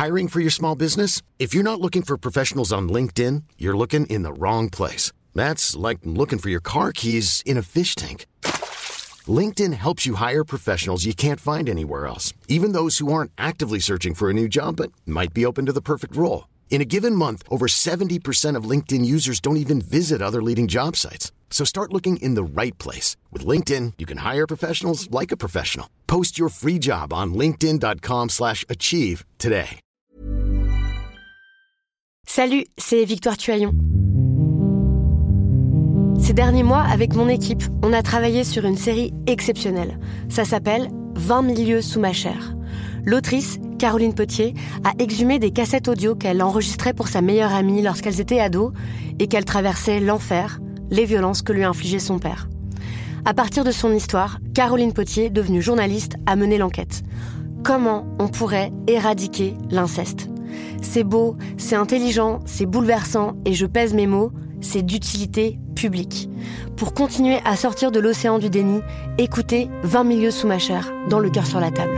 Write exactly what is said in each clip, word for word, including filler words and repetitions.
Hiring for your small business? If you're not looking for professionals on LinkedIn, you're looking in the wrong place. That's like looking for your car keys in a fish tank. LinkedIn helps you hire professionals you can't find anywhere else, even those who aren't actively searching for a new job but might be open to the perfect role. In a given month, over seventy percent of LinkedIn users don't even visit other leading job sites. So start looking in the right place. With LinkedIn, you can hire professionals like a professional. Post your free job on linkedin.com slash achieve today. Salut, c'est Victoire Tuaillon. Ces derniers mois, avec mon équipe, on a travaillé sur une série exceptionnelle. Ça s'appelle « vingt mille lieues sous ma chair ». L'autrice, Caroline Potier, a exhumé des cassettes audio qu'elle enregistrait pour sa meilleure amie lorsqu'elles étaient ados et qu'elle traversait l'enfer, les violences que lui infligeait son père. À partir de son histoire, Caroline Potier, devenue journaliste, a mené l'enquête. Comment on pourrait éradiquer l'inceste ? C'est beau, c'est intelligent, c'est bouleversant et je pèse mes mots, c'est d'utilité publique. Pour continuer à sortir de l'océan du déni, écoutez vingt mille lieues sous ma chair, dans Le cœur sur la table.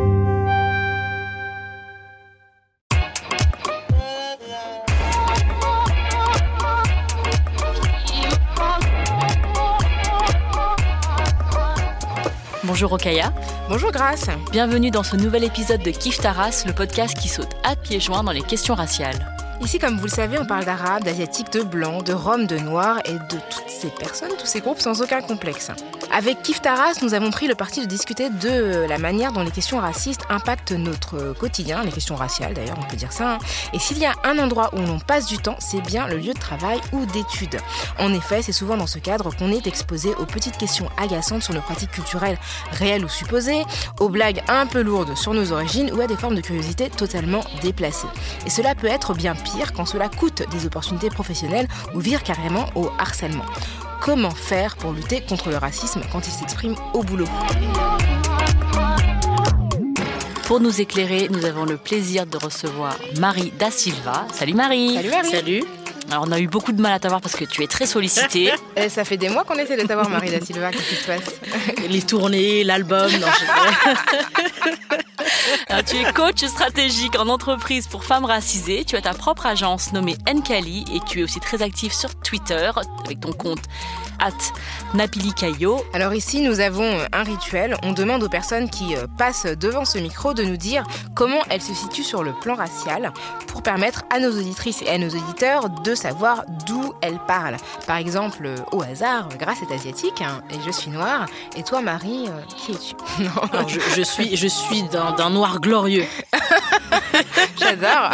Bonjour Rokhaya. Bonjour Grace. Bienvenue dans ce nouvel épisode de Kiffe ta race, le podcast qui saute à pieds joints dans les questions raciales. Ici, comme vous le savez, on parle d'arabes, d'asiatiques, de blancs, de roms, de noirs et de toutes ces personnes, tous ces groupes sans aucun complexe. Avec Kiffe ta race, nous avons pris le parti de discuter de la manière dont les questions racistes impactent notre quotidien, les questions raciales d'ailleurs, on peut dire ça. Hein. Et s'il y a un endroit où l'on passe du temps, c'est bien le lieu de travail ou d'études. En effet, c'est souvent dans ce cadre qu'on est exposé aux petites questions agaçantes sur nos pratiques culturelles réelles ou supposées, aux blagues un peu lourdes sur nos origines ou à des formes de curiosité totalement déplacées. Et cela peut être bien pire quand cela coûte des opportunités professionnelles ou vire carrément au harcèlement. Comment faire pour lutter contre le racisme quand il s'exprime au boulot ? Pour nous éclairer, nous avons le plaisir de recevoir Marie Da Silva. Salut Marie. Salut Marie. Salut. Alors on a eu beaucoup de mal à t'avoir parce que tu es très sollicitée. Et ça fait des mois qu'on essaie de t'avoir Marie Da Silva, qu'est-ce qui se passe ? Les tournées, l'album, non, je... Alors, tu es coach stratégique en entreprise pour femmes racisées. Tu as ta propre agence nommée Nkali et tu es aussi très active sur Twitter avec ton compte arobase napilikayo. Alors ici, nous avons un rituel. On demande aux personnes qui passent devant ce micro de nous dire comment elles se situent sur le plan racial pour permettre à nos auditrices et à nos auditeurs de savoir d'où elles parlent. Par exemple, au hasard, Grace est asiatique hein, et je suis noire. Et toi, Marie, euh, qui es-tu ? Non. Alors, je, je suis, je suis d'un, d'un noir glorieux. J'adore.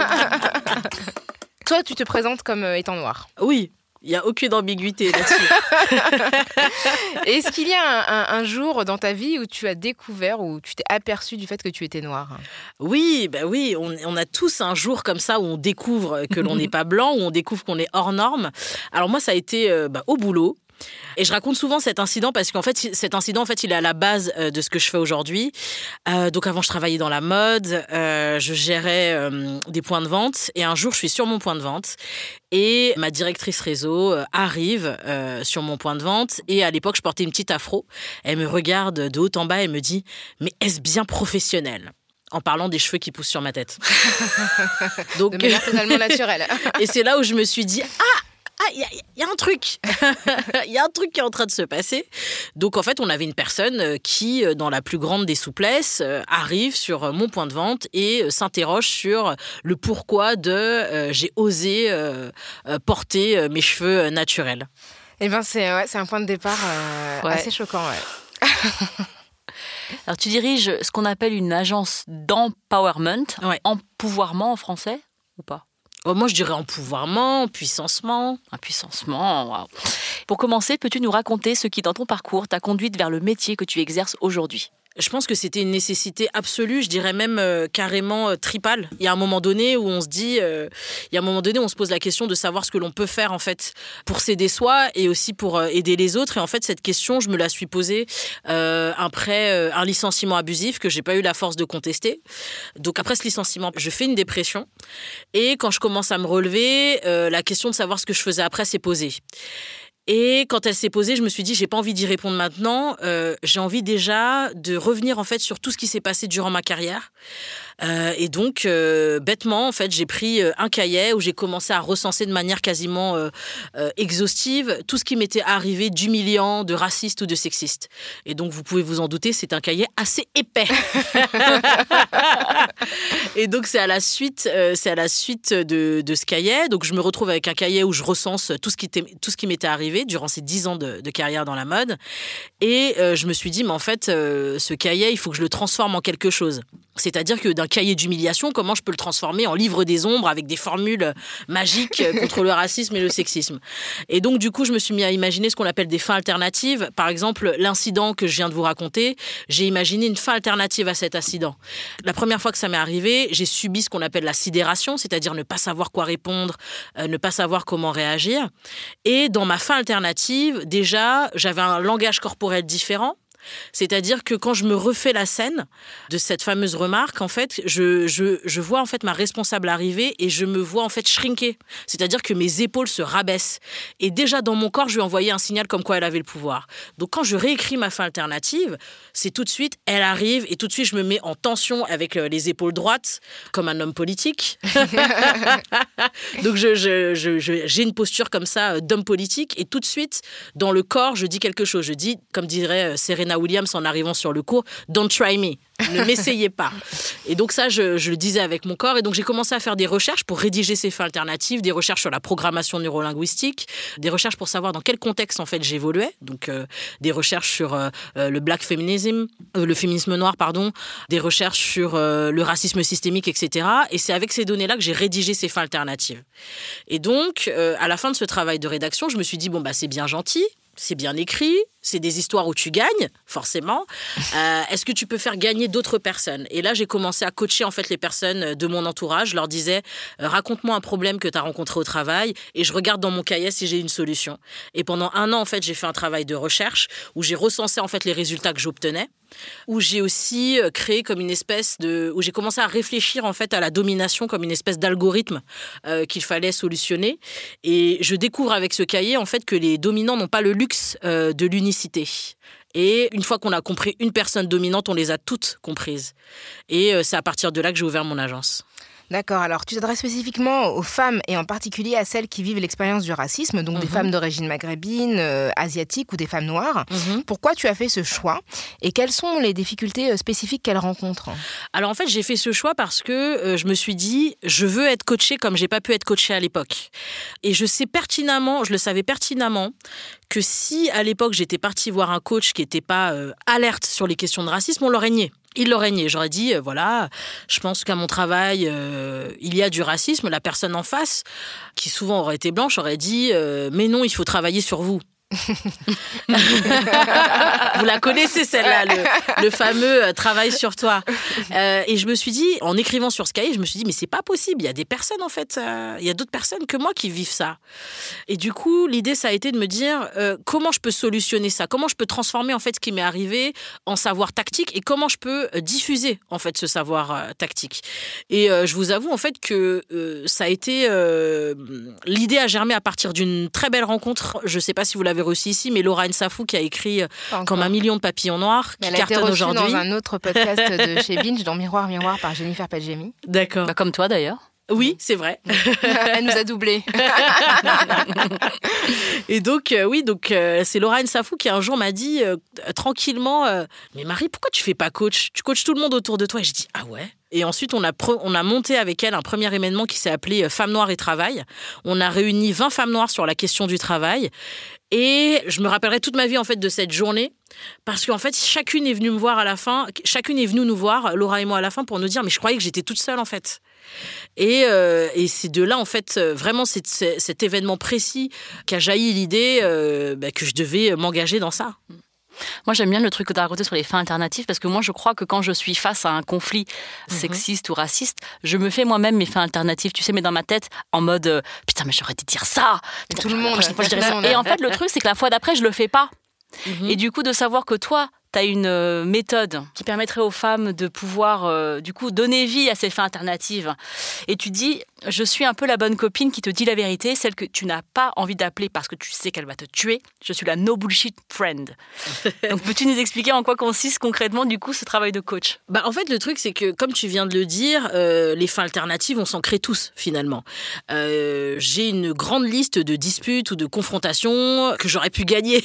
Toi, tu te présentes comme étant noire. Oui. Il n'y a aucune ambiguïté là-dessus. Est-ce qu'il y a un, un, un jour dans ta vie où tu as découvert, où tu t'es aperçu du fait que tu étais noire ? Oui, bah oui, on, on a tous un jour comme ça où on découvre que l'on n'est pas blanc, où on découvre qu'on est hors norme. Alors moi, ça a été euh, bah, au boulot. Et je raconte souvent cet incident parce qu'en fait, cet incident, en fait, il est à la base de ce que je fais aujourd'hui. Euh, donc avant, je travaillais dans la mode, euh, je gérais euh, des points de vente. Et un jour, je suis sur mon point de vente et ma directrice réseau euh, arrive euh, sur mon point de vente. Et à l'époque, je portais une petite afro. Elle me regarde de haut en bas et me dit « Mais est-ce bien professionnel ?» en parlant des cheveux qui poussent sur ma tête. Donc, de manière totalement naturelle. Et c'est là où je me suis dit « Ah !» Ah, il y, y a un truc, il y a un truc qui est en train de se passer. Donc en fait, on avait une personne qui, dans la plus grande des souplesses, arrive sur mon point de vente et s'interroge sur le pourquoi de euh, j'ai osé euh, porter mes cheveux naturels. Eh bien, c'est, ouais, c'est un point de départ euh, ouais. assez choquant, ouais. Alors, tu diriges ce qu'on appelle une agence d'empowerment, ouais. empouvoirment en français, ou pas ? Moi, je dirais empouvoirment, puissancement. Un puissancement, wow. Pour commencer, peux-tu nous raconter ce qui, dans ton parcours, t'a conduite vers le métier que tu exerces aujourd'hui ? Je pense que c'était une nécessité absolue, je dirais même euh, carrément euh, tripale. Il y a un moment donné où on se dit, euh, il y a un moment donné où on se pose la question de savoir ce que l'on peut faire en fait pour s'aider soi et aussi pour euh, aider les autres. Et en fait, cette question, je me la suis posée euh, après euh, un licenciement abusif que j'ai pas eu la force de contester. Donc après ce licenciement, je fais une dépression et quand je commence à me relever, euh, la question de savoir ce que je faisais après s'est posée. Et quand elle s'est posée, je me suis dit, j'ai pas envie d'y répondre maintenant. Euh, j'ai envie déjà de revenir en fait sur tout ce qui s'est passé durant ma carrière. Euh, et donc, euh, bêtement, en fait, j'ai pris un cahier où j'ai commencé à recenser de manière quasiment euh, euh, exhaustive tout ce qui m'était arrivé d'humiliant, de raciste ou de sexiste. Et donc, vous pouvez vous en douter, c'est un cahier assez épais. Et donc, c'est à la suite, euh, c'est à la suite de, de ce cahier. Donc, je me retrouve avec un cahier où je recense tout ce qui, tout ce qui m'était arrivé durant ces dix ans de, de carrière dans la mode. Et euh, je me suis dit, mais en fait, euh, ce cahier, il faut que je le transforme en quelque chose. C'est-à-dire que d'un cahier d'humiliation, comment je peux le transformer en livre des ombres avec des formules magiques contre le racisme et le sexisme. Et donc, du coup, je me suis mis à imaginer ce qu'on appelle des fins alternatives. Par exemple, l'incident que je viens de vous raconter, j'ai imaginé une fin alternative à cet incident. La première fois que ça m'est arrivé, j'ai subi ce qu'on appelle la sidération, c'est-à-dire ne pas savoir quoi répondre, euh, ne pas savoir comment réagir. Et dans ma fin alternative, déjà, j'avais un langage corporel différent. C'est-à-dire que quand je me refais la scène de cette fameuse remarque, en fait, je, je, je vois en fait ma responsable arriver et je me vois en fait shrinker. C'est-à-dire que mes épaules se rabaissent. Et déjà dans mon corps, je lui ai envoyé un signal comme quoi elle avait le pouvoir. Donc quand je réécris ma fin alternative, c'est tout de suite, elle arrive et tout de suite, je me mets en tension avec les épaules droites, comme un homme politique. Donc je, je, je, je, j'ai une posture comme ça d'homme politique et tout de suite, dans le corps, je dis quelque chose. Je dis, comme dirait Serena Williams en arrivant sur le cours, « Don't try me ». Ne m'essayez pas. Et donc ça, je, je le disais avec mon corps. Et donc j'ai commencé à faire des recherches pour rédiger ces fins alternatives, des recherches sur la programmation neurolinguistique, des recherches pour savoir dans quel contexte en fait j'évoluais. Donc euh, des recherches sur euh, le black feminism, euh, le féminisme noir, pardon, des recherches sur euh, le racisme systémique, et cetera. Et c'est avec ces données-là que j'ai rédigé ces fins alternatives. Et donc euh, à la fin de ce travail de rédaction, je me suis dit bon bah c'est bien gentil. C'est bien écrit, c'est des histoires où tu gagnes, forcément. Euh, est-ce que tu peux faire gagner d'autres personnes ? Et là, j'ai commencé à coacher en fait les personnes de mon entourage. Je leur disais, euh, raconte-moi un problème que tu as rencontré au travail et je regarde dans mon cahier si j'ai une solution. Et pendant un an, en fait, j'ai fait un travail de recherche où j'ai recensé en fait les résultats que j'obtenais, où j'ai aussi créé comme une espèce de... où j'ai commencé à réfléchir en fait à la domination comme une espèce d'algorithme euh, qu'il fallait solutionner. Et je découvre avec ce cahier en fait que les dominants n'ont pas le luxe euh, de l'unicité. Et une fois qu'on a compris une personne dominante, on les a toutes comprises. Et euh, c'est à partir de là que j'ai ouvert mon agence. D'accord, alors tu t'adresses spécifiquement aux femmes et en particulier à celles qui vivent l'expérience du racisme, donc mmh. des femmes d'origine maghrébine, euh, asiatique ou des femmes noires. Mmh. Pourquoi tu as fait ce choix et quelles sont les difficultés spécifiques qu'elles rencontrent ? Alors en fait, j'ai fait ce choix parce que euh, je me suis dit, je veux être coachée comme j'ai pas pu être coachée à l'époque. Et je sais pertinemment, je le savais pertinemment, que si à l'époque j'étais partie voir un coach qui n'était pas euh, alerte sur les questions de racisme, on l'aurait nié. Il l'aurait nié. J'aurais dit, euh, voilà, je pense qu'à mon travail, euh, il y a du racisme. La personne en face, qui souvent aurait été blanche, aurait dit, euh, mais non, il faut travailler sur vous. Vous la connaissez celle-là, le, le fameux euh, travail sur toi. Euh, et je me suis dit, en écrivant sur ce cahier, je me suis dit mais c'est pas possible. Il y a des personnes en fait, euh, il y a d'autres personnes que moi qui vivent ça. Et du coup, l'idée ça a été de me dire euh, comment je peux solutionner ça, comment je peux transformer en fait ce qui m'est arrivé en savoir tactique et comment je peux diffuser en fait ce savoir euh, tactique. Et euh, je vous avoue en fait que euh, ça a été euh, l'idée a germé à partir d'une très belle rencontre. Je sais pas si vous l'avez reçu ici, mais Laura Nsafou qui a écrit Comme un million de papillons noirs, qui Elle cartonne a été aujourd'hui. reçue dans un autre podcast de chez Binge, dans Miroir Miroir par Jennifer Padjemi. D'accord. Bah, comme toi d'ailleurs. Oui, c'est vrai. Elle nous a doublés. Et donc, euh, oui, donc euh, c'est Laura Nsafou qui un jour m'a dit euh, tranquillement euh, mais Marie, pourquoi tu fais pas coach ? Tu coaches tout le monde autour de toi. Et je dis ah ouais. Et ensuite, on a, pre- on a monté avec elle un premier événement qui s'est appelé Femmes Noires et Travail. On a réuni vingt femmes noires sur la question du travail. Et je me rappellerai toute ma vie en fait de cette journée parce qu'en fait, chacune est venue me voir à la fin. Chacune est venue nous voir, Laura et moi à la fin, pour nous dire mais je croyais que j'étais toute seule en fait. Et, euh, et c'est de là, en fait, vraiment, c'est, c'est cet événement précis qu'a jailli l'idée euh, bah, que je devais m'engager dans ça. Moi, j'aime bien le truc que tu as raconté sur les fins alternatives parce que moi, je crois que quand je suis face à un conflit mm-hmm. sexiste ou raciste, je me fais moi-même mes fins alternatives, tu sais, mais dans ma tête, en mode euh, « Putain, mais j'aurais dû dire ça !» Tout le monde. Fois, je dirais ça. Et en fait, le truc, c'est que la fois d'après, je le fais pas. Mm-hmm. Et du coup, de savoir que toi, tu as une euh, méthode qui permettrait aux femmes de pouvoir euh, du coup donner vie à ces fins alternatives. Et tu dis, je suis un peu la bonne copine qui te dit la vérité, celle que tu n'as pas envie d'appeler parce que tu sais qu'elle va te tuer. Je suis la no bullshit friend. Donc peux-tu nous expliquer en quoi consiste concrètement du coup ce travail de coach? Bah, en fait, le truc, c'est que, comme tu viens de le dire, euh, les fins alternatives, on s'en crée tous, finalement. Euh, j'ai une grande liste de disputes ou de confrontations que j'aurais pu gagner.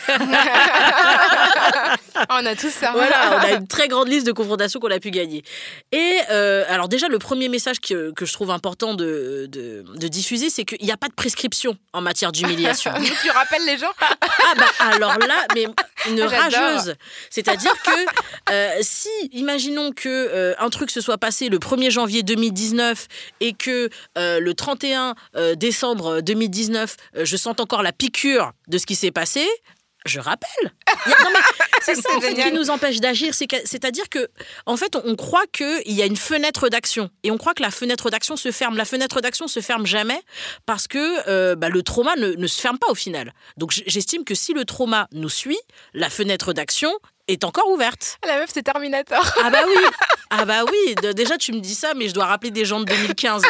On a tous ça. Voilà, on a une très grande liste de confrontations qu'on a pu gagner. Et euh, alors déjà, le premier message que, que je trouve important de, de, de diffuser, c'est qu'il n'y a pas de prescription en matière d'humiliation. Tu rappelles les gens? Ah bah alors là, mais une J'adore. rageuse. C'est-à-dire que euh, si, imaginons que euh, un truc se soit passé le premier janvier deux mille dix-neuf et que euh, le trente et un décembre deux mille dix-neuf, euh, je sente encore la piqûre de ce qui s'est passé, je rappelle. Il y a- non, mais c'est ça C'est en fait, génial. qui nous empêche d'agir. C'est que- C'est-à-dire que, en fait, on, on croit qu'il y a une fenêtre d'action. Et on croit que la fenêtre d'action se ferme. La fenêtre d'action se ferme jamais parce que euh, bah, le trauma ne, ne se ferme pas au final. Donc j- j'estime que si le trauma nous suit, la fenêtre d'action est encore ouverte. La meuf, c'est Terminator. Ah bah oui. Ah bah oui. De- déjà, tu me dis ça, mais je dois rappeler des gens de deux mille quinze.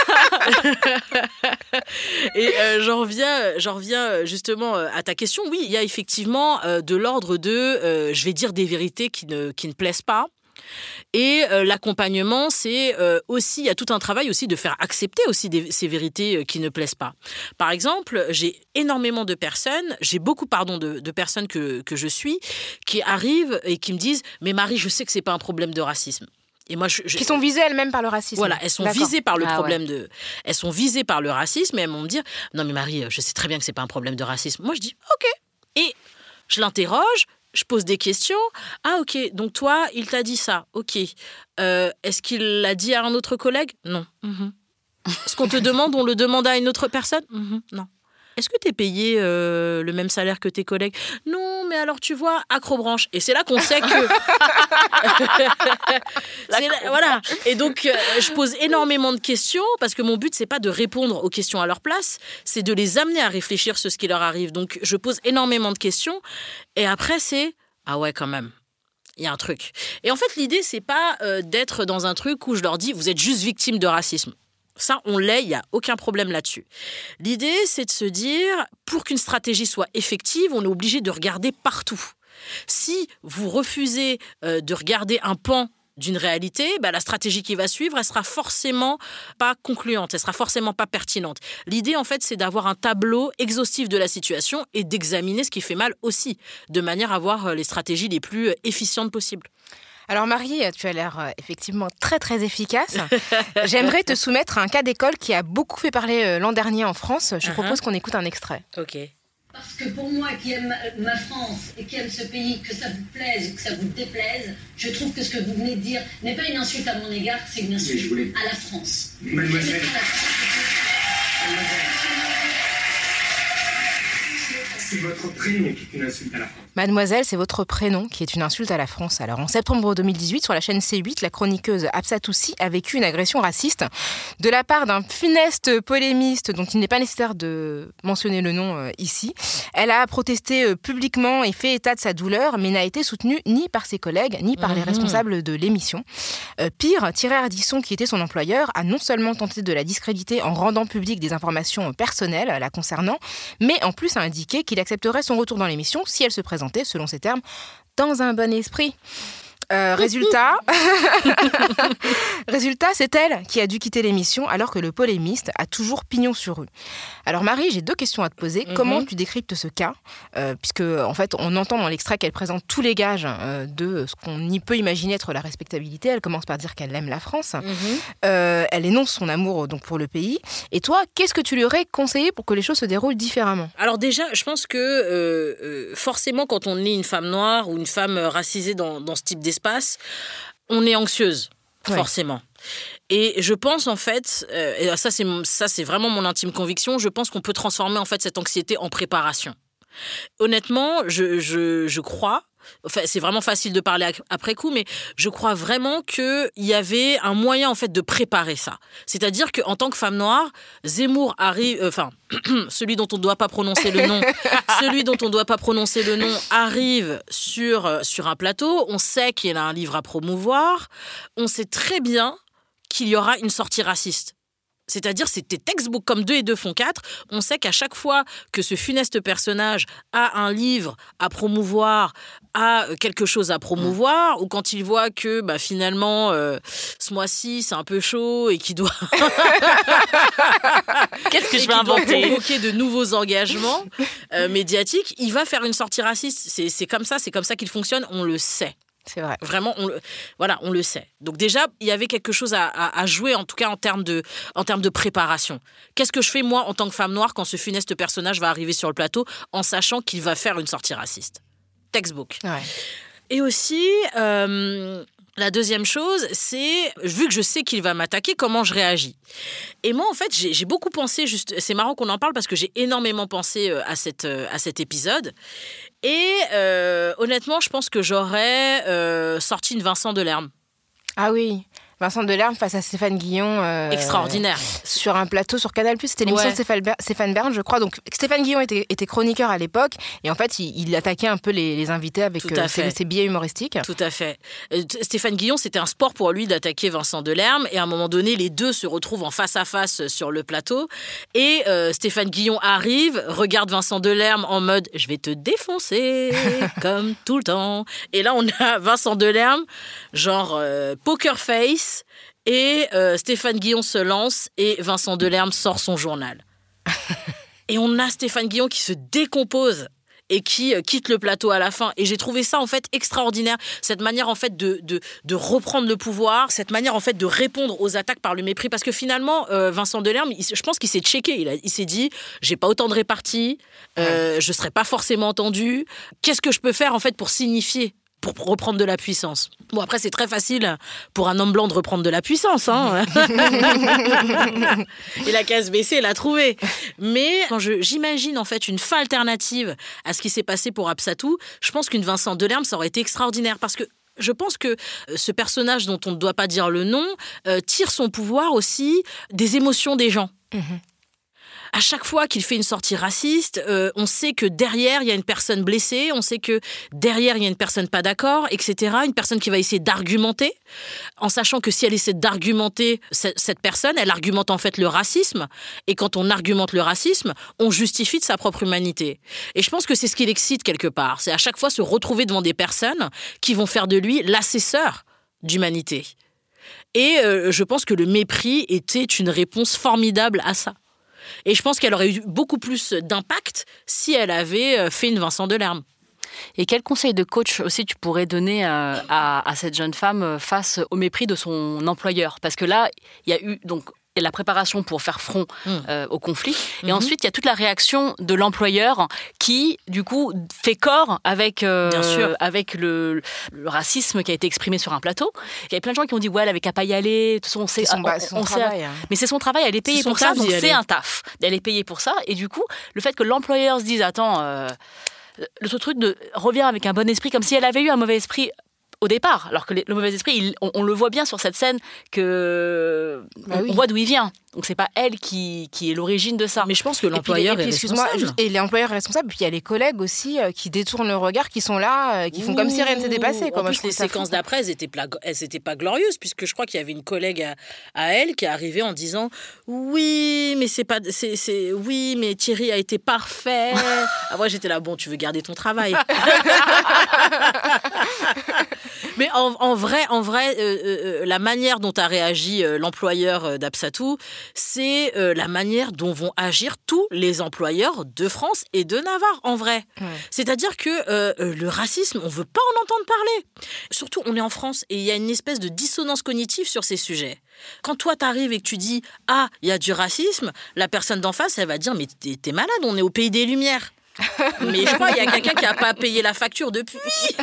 Et euh, j'en reviens, j'en reviens justement euh, à ta question. Oui, il y a effectivement euh, de l'ordre de, euh, je vais dire des vérités qui ne, qui ne plaisent pas. Et euh, l'accompagnement, c'est euh, aussi, il y a tout un travail aussi de faire accepter aussi des- ces vérités euh, qui ne plaisent pas. Par exemple, j'ai énormément de personnes, j'ai beaucoup, pardon, de, de personnes que, que je suis, qui arrivent et qui me disent « Mais Marie, je sais que c'est pas un problème de racisme. » Et moi, je, je- Qui sont visées elles-mêmes par le racisme. Voilà, elles sont D'accord. visées par le Ah problème de, elles sont visées par le racisme et elles vont me dire non mais Marie, je sais très bien que c'est pas un problème de racisme. Moi je dis ok et je l'interroge, je pose des questions. Ah ok, donc toi il t'a dit ça, ok. Euh, est-ce qu'il l'a dit à un autre collègue? Non. Mhm. Ce qu'on te demande, on le demande à une autre personne? Mhm. Non. Est-ce que tu es payé euh, le même salaire que tes collègues? Non, mais alors tu vois, accrobranche. Et c'est là qu'on sait que... C'est là- voilà. Et donc, euh, je pose énormément de questions parce que mon but, c'est pas de répondre aux questions à leur place, c'est de les amener à réfléchir sur ce qui leur arrive. Donc, je pose énormément de questions. Et après, c'est... Ah ouais, quand même. Il y a un truc. Et en fait, l'idée, c'est pas euh, d'être dans un truc où je leur dis, vous êtes juste victime de racisme. Ça, on l'est, il n'y a aucun problème là-dessus. L'idée, c'est de se dire, pour qu'une stratégie soit effective, on est obligé de regarder partout. Si vous refusez euh, de regarder un pan d'une réalité, bah, la stratégie qui va suivre, elle sera forcément pas concluante, elle sera forcément pas pertinente. L'idée, en fait, c'est d'avoir un tableau exhaustif de la situation et d'examiner ce qui fait mal aussi, de manière à avoir euh, les stratégies les plus euh, efficientes possibles. Alors Marie, tu as l'air euh, effectivement très très efficace. J'aimerais te soumettre à un cas d'école qui a beaucoup fait parler euh, l'an dernier en France. Je Uh-huh. propose qu'on écoute un extrait. Ok. Parce que pour moi, qui aime ma, ma France et qui aime ce pays, que ça vous plaise ou que ça vous déplaise, je trouve que ce que vous venez de dire n'est pas une insulte à mon égard, c'est une insulte Mais je voulais- à la France. Mademoiselle. À la France, C'est votre prénom qui est une insulte à la France. Mademoiselle, c'est votre prénom qui est une insulte à la France. Alors en septembre deux mille dix-huit, sur la chaîne C huit, la chroniqueuse Absa Toussi a vécu une agression raciste de la part d'un funeste polémiste dont il n'est pas nécessaire de mentionner le nom euh, ici. Elle a protesté euh, publiquement et fait état de sa douleur, mais n'a été soutenue ni par ses collègues, ni par les responsables de l'émission. Euh, pire, Thierry Ardisson, qui était son employeur, a non seulement tenté de la discréditer en rendant publiques des informations personnelles la concernant, mais en plus a indiqué qu'il accepterait son retour dans l'émission si elle se présentait, selon ses termes, dans un bon esprit. Euh, résultat, résultat, c'est elle qui a dû quitter l'émission alors que le polémiste a toujours pignon sur rue. Alors Marie, j'ai deux questions à te poser. Mhm. Comment tu décryptes ce cas euh, Puisque en fait, on entend dans l'extrait qu'elle présente tous les gages euh, de ce qu'on y peut imaginer être la respectabilité. Elle commence par dire qu'elle aime la France. Mhm. Euh, elle énonce son amour donc pour le pays. Et toi, qu'est-ce que tu lui aurais conseillé pour que les choses se déroulent différemment? Alors déjà, je pense que euh, euh, forcément, quand on est une femme noire ou une femme euh, racisée dans, dans ce type d'espace, on est anxieuse, Ouais. forcément. Et je pense en fait, euh, et ça c'est mon- ça c'est vraiment mon intime conviction, je pense qu'on peut transformer en fait cette anxiété en préparation. Honnêtement, je, je, je crois enfin, c'est vraiment facile de parler après coup, mais je crois vraiment qu'il y avait un moyen en fait de préparer ça. C'est-à-dire qu'en tant que femme noire, Zemmour arrive, euh, enfin, celui dont on ne doit pas prononcer le nom, celui dont on ne doit pas prononcer le nom arrive sur, euh, sur un plateau, on sait qu'il a un livre à promouvoir, on sait très bien qu'il y aura une sortie raciste. C'est-à-dire, c'était textbook comme deux et deux font quatre. On sait qu'à chaque fois que ce funeste personnage a un livre à promouvoir, a quelque chose à promouvoir, ou quand il voit que bah, finalement, euh, ce mois-ci, c'est un peu chaud et qu'il doit... Qu'est-ce que et je vais qu'il doit inventer provoquer de nouveaux engagements euh, médiatiques, il va faire une sortie raciste. C'est, c'est comme ça, c'est comme ça qu'il fonctionne, on le sait. C'est vrai. Vraiment, on le, voilà, on le sait. Donc déjà, il y avait quelque chose à, à, à jouer, en tout cas en termes, de, en termes de préparation. Qu'est-ce que je fais, moi, en tant que femme noire, quand ce funeste personnage va arriver sur le plateau, en sachant qu'il va faire une sortie raciste ? Textbook. Ouais. Et aussi, euh, la deuxième chose, c'est, vu que je sais qu'il va m'attaquer, comment je réagis ? Et moi, en fait, j'ai, j'ai beaucoup pensé, juste, c'est marrant qu'on en parle parce que j'ai énormément pensé à, cette, à cet épisode. Et euh, honnêtement, je pense que j'aurais euh, sorti une Vincent Delerme. Ah oui, Vincent Delerme face à Stéphane Guillon. Euh, Extraordinaire. Sur un plateau sur Canal+, c'était l'émission Ouais. de Stéphane, Ber- Stéphane Bern, je crois. Donc Stéphane Guillon était, était chroniqueur à l'époque, et en fait, il, il attaquait un peu les, les invités avec Tout à euh, ses, fait. ses billets humoristiques. Tout à fait. Euh, Stéphane Guillon, c'était un sport pour lui d'attaquer Vincent Delerme. Et à un moment donné, les deux se retrouvent en face à face sur le plateau. Et euh, Stéphane Guillon arrive, regarde Vincent Delerme en mode « je vais te défoncer, comme tout le temps ». Et là, on a Vincent Delerme, genre euh, poker face. Et euh, Stéphane Guillon se lance et Vincent Delerme sort son journal. Et on a Stéphane Guillon qui se décompose et qui euh, quitte le plateau à la fin. Et j'ai trouvé ça, en fait, extraordinaire. Cette manière, en fait, de, de, de reprendre le pouvoir, cette manière, en fait, de répondre aux attaques par le mépris. Parce que finalement, euh, Vincent Delerme, il, je pense qu'il s'est checké. Il, a, il s'est dit, j'ai pas autant de répartie, euh, je serai pas forcément entendu. Qu'est-ce que je peux faire, en fait, pour signifier ? Pour reprendre de la puissance. Bon, après, c'est très facile pour un homme blanc de reprendre de la puissance. Hein. Il a qu'à se baisser, il a trouvé. Mais quand je, j'imagine en fait une fin alternative à ce qui s'est passé pour Absatou, je pense qu'une Vincent Delerme, ça aurait été extraordinaire. Parce que je pense que ce personnage dont on ne doit pas dire le nom euh, tire son pouvoir aussi des émotions des gens. Mmh. À chaque fois qu'il fait une sortie raciste, euh, on sait que derrière, il y a une personne blessée, on sait que derrière, il y a une personne pas d'accord, et cetera. Une personne qui va essayer d'argumenter, en sachant que si elle essaie d'argumenter cette personne, elle argumente en fait le racisme. Et quand on argumente le racisme, on justifie de sa propre humanité. Et je pense que c'est ce qui l'excite quelque part. C'est à chaque fois se retrouver devant des personnes qui vont faire de lui l'assesseur d'humanité. Et euh, je pense que le mépris était une réponse formidable à ça. Et je pense qu'elle aurait eu beaucoup plus d'impact si elle avait fait une Vincent Delerme. Et quel conseil de coach aussi tu pourrais donner à, à, à cette jeune femme face au mépris de son employeur ? Parce que là, il y a eu donc la préparation pour faire front mmh. euh, au conflit. Et mmh. ensuite, il y a toute la réaction de l'employeur qui, du coup, fait corps avec, euh, avec le, le racisme qui a été exprimé sur un plateau. Il y a plein de gens qui ont dit « ouais, elle avait qu'à pas y aller ». De toute façon, on sait, c'est son, on, son on travail. Sait, hein. Mais c'est son travail, elle est payée pour ça, donc c'est un taf. Elle est payée pour ça. Et du coup, le fait que l'employeur se dise « attends, euh, le truc de revient avec un bon esprit », comme si elle avait eu un mauvais esprit au départ, alors que le mauvais esprit, il, on, on le voit bien sur cette scène, que bah on, oui. on voit d'où il vient. Donc c'est pas elle qui, qui est l'origine de ça. Mais je pense que l'employeur et puis, et puis, est responsable. Juste, et l'employeur est responsable. Puis il y a les collègues aussi euh, qui détournent le regard, qui sont là, euh, qui font Ouh, comme si rien ne s'était passé. En plus, les séquences d'après, elles étaient, pla... elles étaient pas glorieuses, puisque je crois qu'il y avait une collègue à, à elle qui est arrivée en disant oui, mais c'est pas, c'est, c'est, oui, mais Thierry a été parfait. Ah, moi j'étais là, bon, tu veux garder ton travail. Mais en, en vrai, en vrai, euh, euh, la manière dont a réagi euh, l'employeur euh, d'Absatou, c'est euh, la manière dont vont agir tous les employeurs de France et de Navarre, en vrai. Ouais. C'est-à-dire que euh, le racisme, on ne veut pas en entendre parler. Surtout, on est en France et il y a une espèce de dissonance cognitive sur ces sujets. Quand toi, t'arrives et que tu dis « Ah, il y a du racisme », la personne d'en face, elle va dire « Mais t'es, t'es malade, on est au pays des Lumières ». Mais je crois qu'il y a quelqu'un qui n'a pas payé la facture depuis.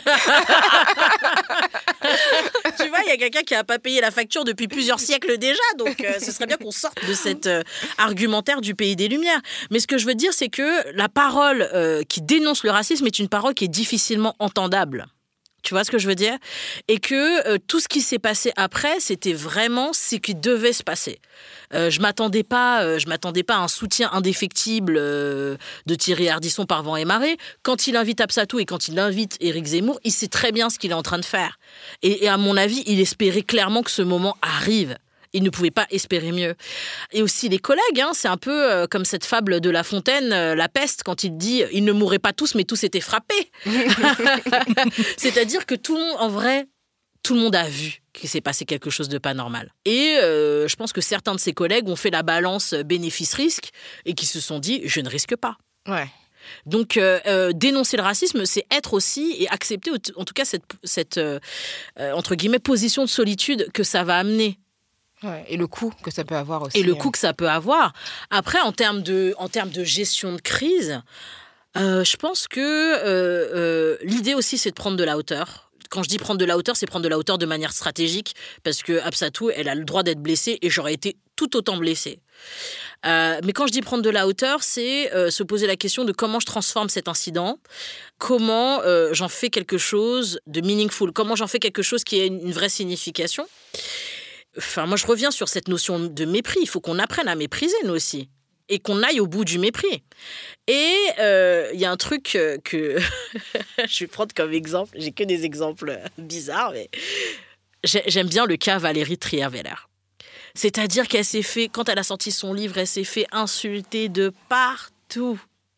Tu vois, il y a quelqu'un qui n'a pas payé la facture depuis plusieurs siècles déjà. Donc, euh, ce serait bien qu'on sorte de cet euh, argumentaire du pays des Lumières. Mais ce que je veux dire, c'est que la parole euh, qui dénonce le racisme est une parole qui est difficilement entendable. Tu vois ce que je veux dire? Et que euh, tout ce qui s'est passé après, c'était vraiment ce qui devait se passer. Euh, je m'attendais pas, euh, je m'attendais pas à un soutien indéfectible euh, de Thierry Ardisson par vent et marée. Quand il invite Absatou et quand il invite Éric Zemmour, il sait très bien ce qu'il est en train de faire. Et, et à mon avis, il espérait clairement que ce moment arrive. Il ne pouvait pas espérer mieux. Et aussi les collègues, hein, c'est un peu euh, comme cette fable de La Fontaine, euh, La Peste, quand il dit « ils ne mourraient pas tous, mais tous étaient frappés ». C'est-à-dire que tout le monde, en vrai, tout le monde a vu qu'il s'est passé quelque chose de pas normal. Et euh, je pense que certains de ses collègues ont fait la balance bénéfice-risque et qui se sont dit « je ne risque pas ». Ouais. Donc, euh, euh, dénoncer le racisme, c'est être aussi et accepter, en tout cas, cette, cette euh, euh, entre guillemets, position de solitude que ça va amener. Ouais, et le coût que ça peut avoir aussi. Et le coût que ça peut avoir. Après, en termes de, en termes de gestion de crise, euh, je pense que euh, euh, l'idée aussi, c'est de prendre de la hauteur. Quand je dis prendre de la hauteur, c'est prendre de la hauteur de manière stratégique, parce que Absatou, elle a le droit d'être blessée, et j'aurais été tout autant blessée. Euh, mais quand je dis prendre de la hauteur, c'est euh, se poser la question de comment je transforme cet incident, comment euh, j'en fais quelque chose de meaningful, comment j'en fais quelque chose qui ait une vraie signification. Enfin, moi, je reviens sur cette notion de mépris. Il faut qu'on apprenne à mépriser, nous aussi. Et qu'on aille au bout du mépris. Et il euh, y a un truc que je vais prendre comme exemple. J'ai que des exemples bizarres, mais j'aime bien le cas Valérie Trierweiler. C'est-à-dire qu'elle s'est fait, quand elle a sorti son livre, elle s'est fait insulter de partout.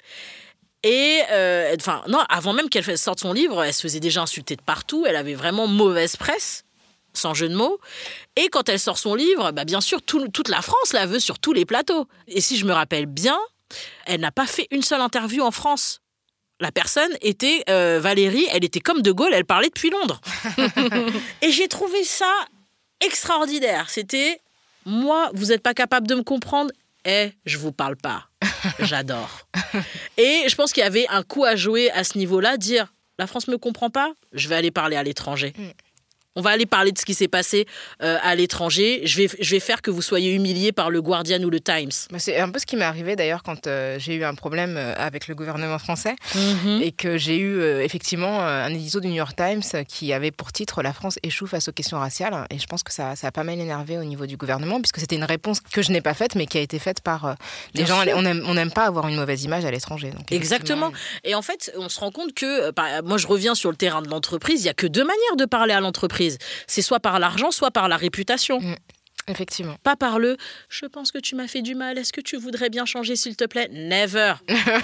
Et, euh, enfin, non, avant même qu'elle sorte son livre, elle se faisait déjà insulter de partout. Elle avait vraiment mauvaise presse. Sans jeu de mots. Et quand elle sort son livre, bah bien sûr, tout, toute la France la veut sur tous les plateaux. Et si je me rappelle bien, elle n'a pas fait une seule interview en France. La personne était, euh, Valérie, elle était comme De Gaulle, elle parlait depuis Londres. Et j'ai trouvé ça extraordinaire. C'était, moi, vous n'êtes pas capable de me comprendre? Eh, je vous parle pas. J'adore. Et je pense qu'il y avait un coup à jouer à ce niveau-là, dire, la France me comprend pas, je vais aller parler à l'étranger. Mm. On va aller parler de ce qui s'est passé euh, à l'étranger. Je vais, je vais faire que vous soyez humiliés par le Guardian ou le Times. C'est un peu ce qui m'est arrivé d'ailleurs quand euh, j'ai eu un problème avec le gouvernement français mm-hmm. et que j'ai eu euh, effectivement un édito du New York Times qui avait pour titre « La France échoue face aux questions raciales ». Et je pense que ça, ça a pas mal énervé au niveau du gouvernement puisque c'était une réponse que je n'ai pas faite mais qui a été faite par euh, des Bien gens. Sûr. On n'aime on n'aime pas avoir une mauvaise image à l'étranger. Donc, exactement. Et en fait, on se rend compte que, bah, moi je reviens sur le terrain de l'entreprise, il n'y a que deux manières de parler à l'entreprise. C'est soit par l'argent, soit par la réputation. Mmh, effectivement. Pas par le « je pense que tu m'as fait du mal, est-ce que tu voudrais bien changer s'il te plaît ?» Never.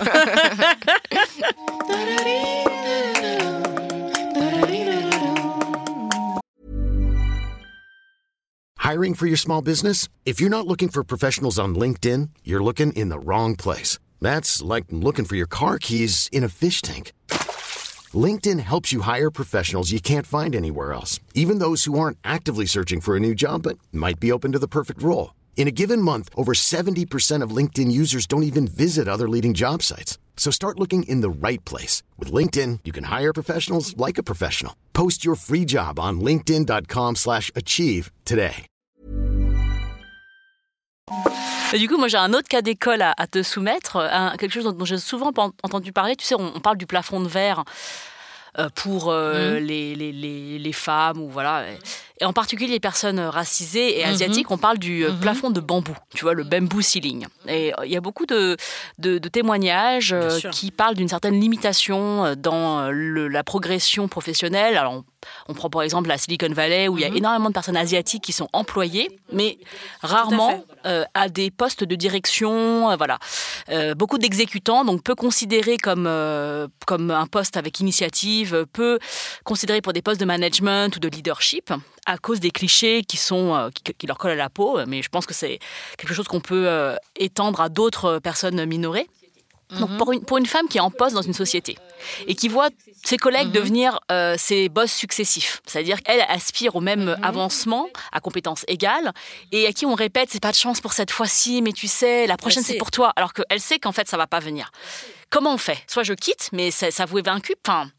Hiring for your small business? If you're not looking for professionals on LinkedIn, you're looking in the wrong place. That's like looking for your car keys in a fish tank. LinkedIn helps you hire professionals you can't find anywhere else, even those who aren't actively searching for a new job but might be open to the perfect role. In a given month, over seventy percent of LinkedIn users don't even visit other leading job sites. So start looking in the right place. With LinkedIn, you can hire professionals like a professional. Post your free job on linkedin.com slash achieve today. Et du coup, moi, j'ai un autre cas d'école à, à te soumettre, un, quelque chose dont, dont j'ai souvent entendu parler. Tu sais, on, on parle du plafond de verre euh, pour euh, mmh. les, les, les, les femmes, ou voilà. Et en particulier les personnes racisées et asiatiques, mmh. on parle du euh, mmh. plafond de bambou, tu vois, le bamboo ceiling. Et il y a beaucoup de, de, de témoignages euh, qui parlent d'une certaine limitation dans le, la progression professionnelle. Alors, on, on prend par exemple la Silicon Valley, où il mmh. y a énormément de personnes asiatiques qui sont employées, mais rarement euh, à des postes de direction. Euh, voilà. Euh, beaucoup d'exécutants, donc peu considérés comme, euh, comme un poste avec initiative, peu considérés pour des postes de management ou de leadership, à cause des clichés qui, sont, euh, qui, qui leur collent à la peau. Mais je pense que c'est quelque chose qu'on peut euh, étendre à d'autres personnes minorées. Donc pour une, pour une femme qui est en poste dans une société et qui voit ses collègues mmh. devenir euh, ses boss successifs, c'est-à-dire qu'elle aspire au même mmh. avancement à compétences égales et à qui on répète c'est pas de chance pour cette fois-ci, mais tu sais la prochaine c'est pour toi, alors qu'elle sait qu'en fait ça va pas venir. Comment on fait ? Soit je quitte, mais ça, ça vous est vaincu. Enfin,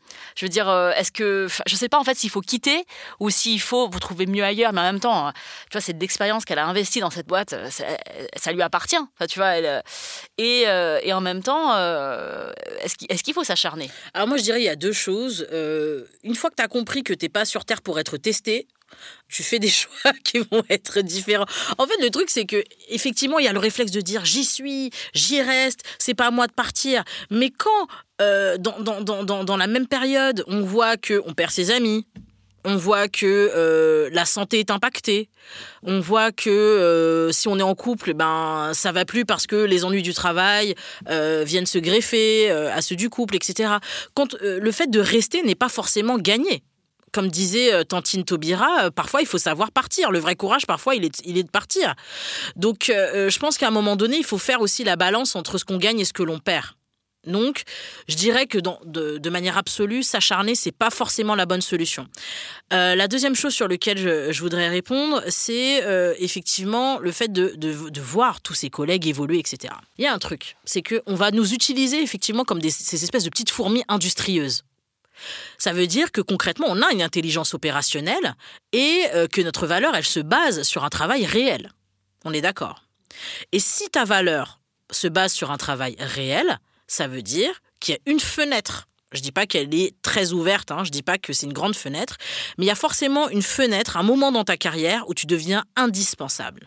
Je veux dire, euh, est-ce que, je sais pas en fait s'il faut quitter ou s'il faut vous trouver mieux ailleurs, mais en même temps, tu vois, c'est de l'expérience qu'elle a investie dans cette boîte, ça, ça lui appartient, enfin, tu vois, elle, et, euh, et en même temps, euh, est-ce qu'il, est-ce qu'il faut s'acharner? Alors moi je dirais il y a deux choses. Euh, une fois que tu as compris que t'es pas sur Terre pour être testé, tu fais des choix qui vont être différents. En fait, le truc, c'est que effectivement, il y a le réflexe de dire j'y suis, j'y reste, c'est pas à moi de partir. Mais quand, euh, dans, dans, dans, dans, dans la même période, on voit qu'on perd ses amis, on voit que euh, la santé est impactée, on voit que euh, si on est en couple, ben ça va plus parce que les ennuis du travail euh, viennent se greffer euh, à ceux du couple, et cetera. Quand euh, le fait de rester n'est pas forcément gagné. Comme disait euh, Tantine Taubira, euh, parfois il faut savoir partir. Le vrai courage, parfois, il est, il est de partir. Donc, euh, je pense qu'à un moment donné, il faut faire aussi la balance entre ce qu'on gagne et ce que l'on perd. Donc, je dirais que dans, de, de manière absolue, s'acharner, c'est pas forcément la bonne solution. Euh, la deuxième chose sur laquelle je, je voudrais répondre, c'est euh, effectivement le fait de, de, de voir tous ses collègues évoluer, et cetera. Il y a un truc, c'est qu'on va nous utiliser effectivement comme des, ces espèces de petites fourmis industrieuses. Ça veut dire que concrètement, on a une intelligence opérationnelle et euh, que notre valeur, elle se base sur un travail réel. On est d'accord. Et si ta valeur se base sur un travail réel, ça veut dire qu'il y a une fenêtre. Je ne dis pas qu'elle est très ouverte, hein, je ne dis pas que c'est une grande fenêtre, mais il y a forcément une fenêtre, un moment dans ta carrière où tu deviens indispensable.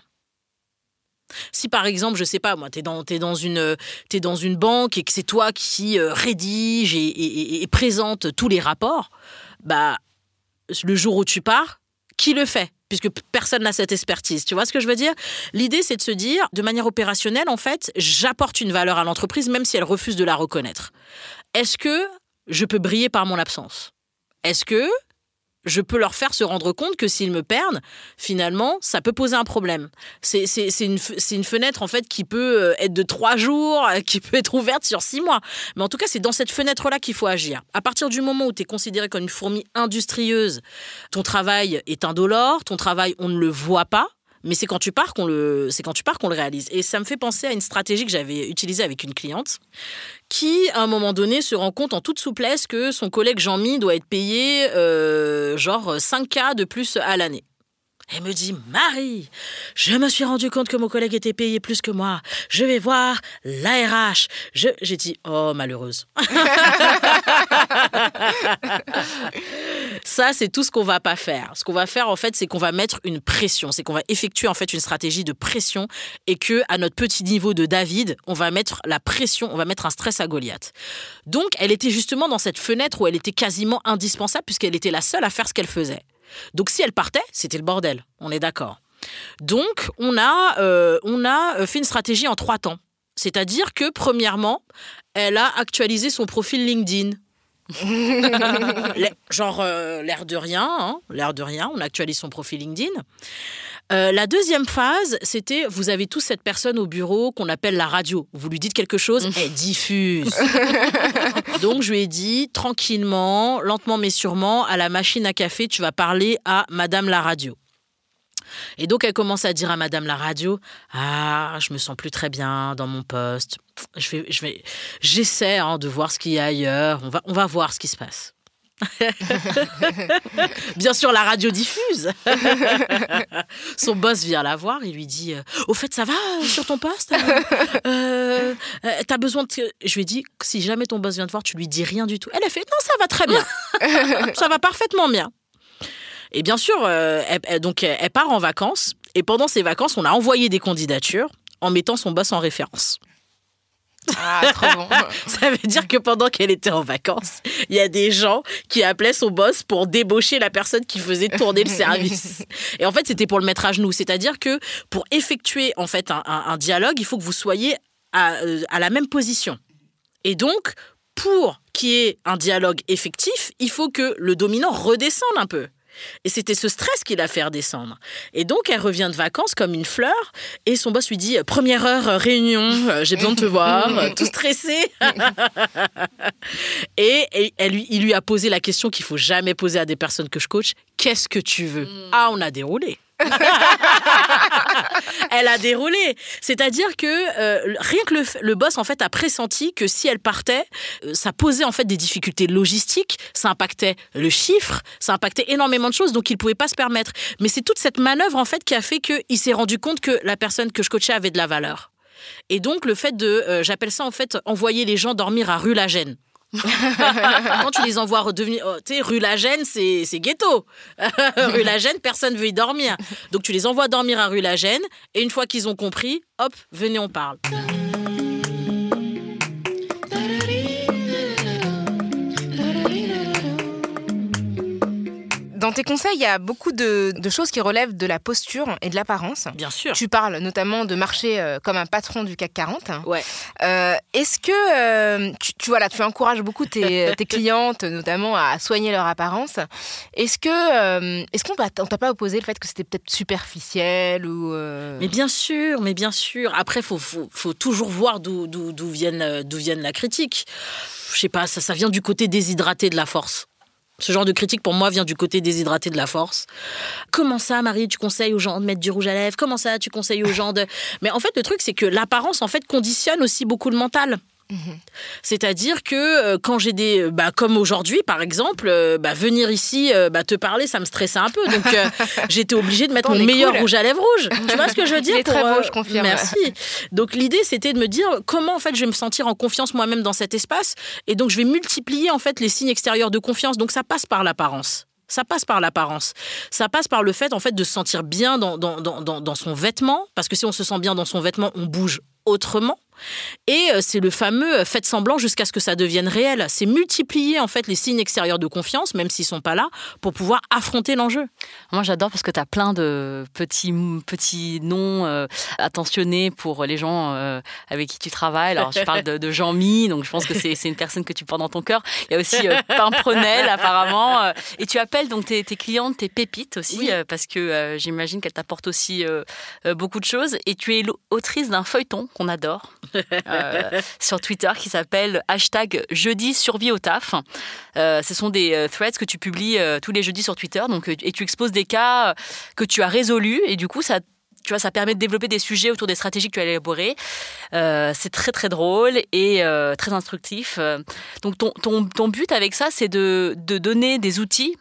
Si par exemple, je sais pas moi, t'es dans, t'es dans une, t'es dans une banque et que c'est toi qui euh, rédige et, et, et présente tous les rapports, bah, le jour où tu pars, qui le fait ? Puisque personne n'a cette expertise. Tu vois ce que je veux dire ? L'idée, c'est de se dire, de manière opérationnelle, en fait, j'apporte une valeur à l'entreprise, même si elle refuse de la reconnaître. Est-ce que je peux briller par mon absence ? Est-ce que je peux leur faire se rendre compte que s'ils me perdent, finalement, ça peut poser un problème. C'est, c'est, c'est, une, c'est une fenêtre, en fait, qui peut être de trois jours, qui peut être ouverte sur six mois. Mais en tout cas, c'est dans cette fenêtre-là qu'il faut agir. À partir du moment où tu es considéré comme une fourmi industrieuse, ton travail est indolore, ton travail, on ne le voit pas, mais c'est quand tu pars qu'on le, c'est quand tu pars qu'on le réalise. Et ça me fait penser à une stratégie que j'avais utilisée avec une cliente qui, à un moment donné, se rend compte en toute souplesse que son collègue Jean-Mi doit être payé euh, genre cinq K de plus à l'année. Elle me dit, Marie, je me suis rendu compte que mon collègue était payé plus que moi. Je vais voir l'A R H. Je... J'ai dit, oh, malheureuse. Ça, c'est tout ce qu'on va pas faire. Ce qu'on va faire, en fait, c'est qu'on va mettre une pression. C'est qu'on va effectuer, en fait, une stratégie de pression et que, à notre petit niveau de David, on va mettre la pression, on va mettre un stress à Goliath. Donc, elle était justement dans cette fenêtre où elle était quasiment indispensable puisqu'elle était la seule à faire ce qu'elle faisait. Donc, si elle partait, c'était le bordel. On est d'accord. Donc, on a, euh, on a fait une stratégie en trois temps. C'est-à-dire que, premièrement, elle a actualisé son profil LinkedIn. Genre, euh, l'air de rien, hein, l'air de rien, on actualise son profil LinkedIn. Euh, la deuxième phase, c'était, vous avez tous cette personne au bureau qu'on appelle la radio. Vous lui dites quelque chose, elle diffuse. Donc, je lui ai dit, tranquillement, lentement mais sûrement, à la machine à café, tu vas parler à Madame la radio. Et donc, elle commence à dire à Madame la radio, ah, je me sens plus très bien dans mon poste. Je vais, je vais, j'essaie hein, de voir ce qu'il y a ailleurs. On va, on va voir ce qui se passe. Bien sûr, la radio diffuse. Son boss vient la voir, il lui dit « Au fait, ça va sur ton poste euh, euh, T'as besoin de... » Je lui ai dit « Si jamais ton boss vient te voir, tu lui dis rien du tout. » Elle a fait « Non, ça va très bien. Ça va parfaitement bien. » Et bien sûr, euh, elle, elle, donc, elle part en vacances. Et pendant ces vacances, on a envoyé des candidatures en mettant son boss en référence. Ah, trop bon. Ça veut dire que pendant qu'elle était en vacances, il y a des gens qui appelaient son boss pour débaucher la personne qui faisait tourner le service. Et en fait, c'était pour le mettre à genoux. C'est-à-dire que pour effectuer en fait un, un, un dialogue, il faut que vous soyez à, à la même position. Et donc, pour qu'il y ait un dialogue effectif, il faut que le dominant redescende un peu. Et c'était ce stress qui l'a fait redescendre. Et donc, elle revient de vacances comme une fleur. Et son boss lui dit « Première heure, réunion, j'ai besoin de te voir. » Tout stressé. Et, et elle, il lui a posé la question qu'il ne faut jamais poser à des personnes que je coach. « Qu'est-ce que tu veux ?» Ah, on a déroulé. Elle a déroulé. C'est-à-dire que euh, rien que le, le boss en fait a pressenti que si elle partait, euh, ça posait en fait des difficultés logistiques, ça impactait le chiffre, ça impactait énormément de choses, donc il pouvait pas se permettre. Mais c'est toute cette manœuvre en fait qui a fait qu'il s'est rendu compte que la personne que je coachais avait de la valeur. Et donc le fait de, euh, j'appelle ça en fait envoyer les gens dormir à rue Lagène. Quand tu les envoies redevenir, oh, tu sais, rue Lagène, c'est c'est ghetto. Rue Lagène, personne veut y dormir. Donc tu les envoies dormir à rue Lagène, et une fois qu'ils ont compris, hop, venez, on parle. Dans tes conseils, il y a beaucoup de, de choses qui relèvent de la posture et de l'apparence. Bien sûr. Tu parles notamment de marcher euh, comme un patron du C A C quarante. Ouais. Euh, est-ce que euh, tu, tu, voilà, tu encourages beaucoup tes, tes clientes, notamment, à soigner leur apparence. Est-ce que euh, est-ce qu'on t'a, on t'a pas opposé le fait que c'était peut-être superficiel ou euh... Mais bien sûr, mais bien sûr. Après, faut faut, faut toujours voir d'où d'où d'où viennent d'où viennent la critique. Je sais pas, ça ça vient du côté déshydraté de la force. Ce genre de critique, pour moi, vient du côté déshydraté de la force. Comment ça, Marie, tu conseilles aux gens de mettre du rouge à lèvres ? Comment ça, tu conseilles aux gens de... Mais en fait, le truc, c'est que l'apparence, en fait, conditionne aussi beaucoup le mental. Mmh. C'est-à-dire que euh, quand j'ai des... Bah, comme aujourd'hui, par exemple, euh, bah, venir ici, euh, bah, te parler, ça me stressait un peu. Donc, euh, j'étais obligée de mettre Attends, mon meilleur cool. rouge à lèvres rouge. Tu vois ce que je veux dire ? Il est pour, très beau, euh, je confirme. Merci. Donc, l'idée, c'était de me dire comment, en fait, je vais me sentir en confiance moi-même dans cet espace. Et donc, je vais multiplier, en fait, les signes extérieurs de confiance. Donc, ça passe par l'apparence. Ça passe par l'apparence. Ça passe par le fait, en fait, de se sentir bien dans, dans, dans, dans, dans son vêtement. Parce que si on se sent bien dans son vêtement, on bouge autrement. Et c'est le fameux faites semblant jusqu'à ce que ça devienne réel. C'est multiplier en fait les signes extérieurs de confiance, même s'ils sont pas là, pour pouvoir affronter l'enjeu. Moi, j'adore parce que tu as plein de petits, petits noms euh, attentionnés pour les gens euh, avec qui tu travailles. Alors, je parle de, de Jean-Mi, donc je pense que c'est, c'est une personne que tu portes dans ton cœur. Il y a aussi euh, Pimprenel, apparemment. Euh, et tu appelles donc tes, tes clientes, tes pépites aussi, oui. euh, parce que euh, j'imagine qu'elles t'apportent aussi euh, euh, beaucoup de choses. Et tu es l'autrice d'un feuilleton qu'on adore. Euh, sur Twitter qui s'appelle hashtag jeudi survie au taf. Euh, ce sont des euh, threads que tu publies euh, tous les jeudis sur Twitter, donc, et tu exposes des cas euh, que tu as résolus et du coup ça tu vois, ça permet de développer des sujets autour des stratégies que tu as élaborées. Euh, c'est très, très drôle et euh, très instructif. Donc, ton, ton, ton but avec ça, c'est de, de donner des outils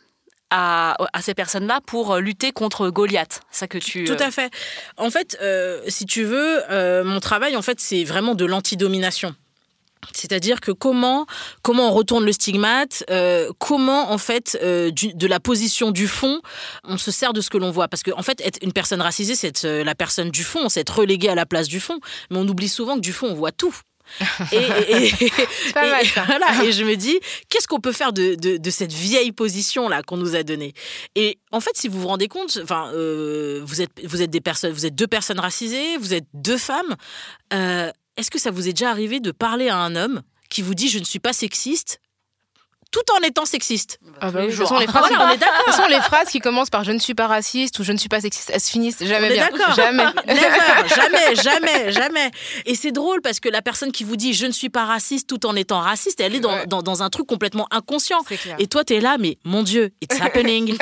À, à ces personnes-là pour lutter contre Goliath. Ça que tu... Tout à fait. En fait, euh, si tu veux, euh, mon travail, en fait, c'est vraiment de l'antidomination. C'est-à-dire que comment, comment on retourne le stigmate, euh, comment, en fait, euh, du, de la position du fond, on se sert de ce que l'on voit. Parce qu'en en fait, être une personne racisée, c'est être euh, la personne du fond, c'est être relégué à la place du fond. Mais on oublie souvent que du fond, on voit tout. et, et, et, c'est pas et, mal, ça. Voilà, et je me dis, qu'est-ce qu'on peut faire de, de, de cette vieille position-là qu'on nous a donnée ? Et en fait, si vous vous rendez compte, enfin, euh, vous, êtes, vous, êtes des personnes, vous êtes deux personnes racisées, vous êtes deux femmes. Euh, est-ce que ça vous est déjà arrivé de parler à un homme qui vous dit « je ne suis pas sexiste » tout en étant sexiste. Ah bah, de toute façon, les phrases, voilà, on est d'accord. De toute façon, les phrases qui commencent par je ne suis pas raciste ou je ne suis pas sexiste, elles se finissent jamais on est bien. D'accord. Jamais. Never, jamais, jamais, jamais. Et c'est drôle parce que la personne qui vous dit je ne suis pas raciste tout en étant raciste, elle est dans, ouais. dans, dans un truc complètement inconscient. Et toi, t'es là, mais mon Dieu, it's happening.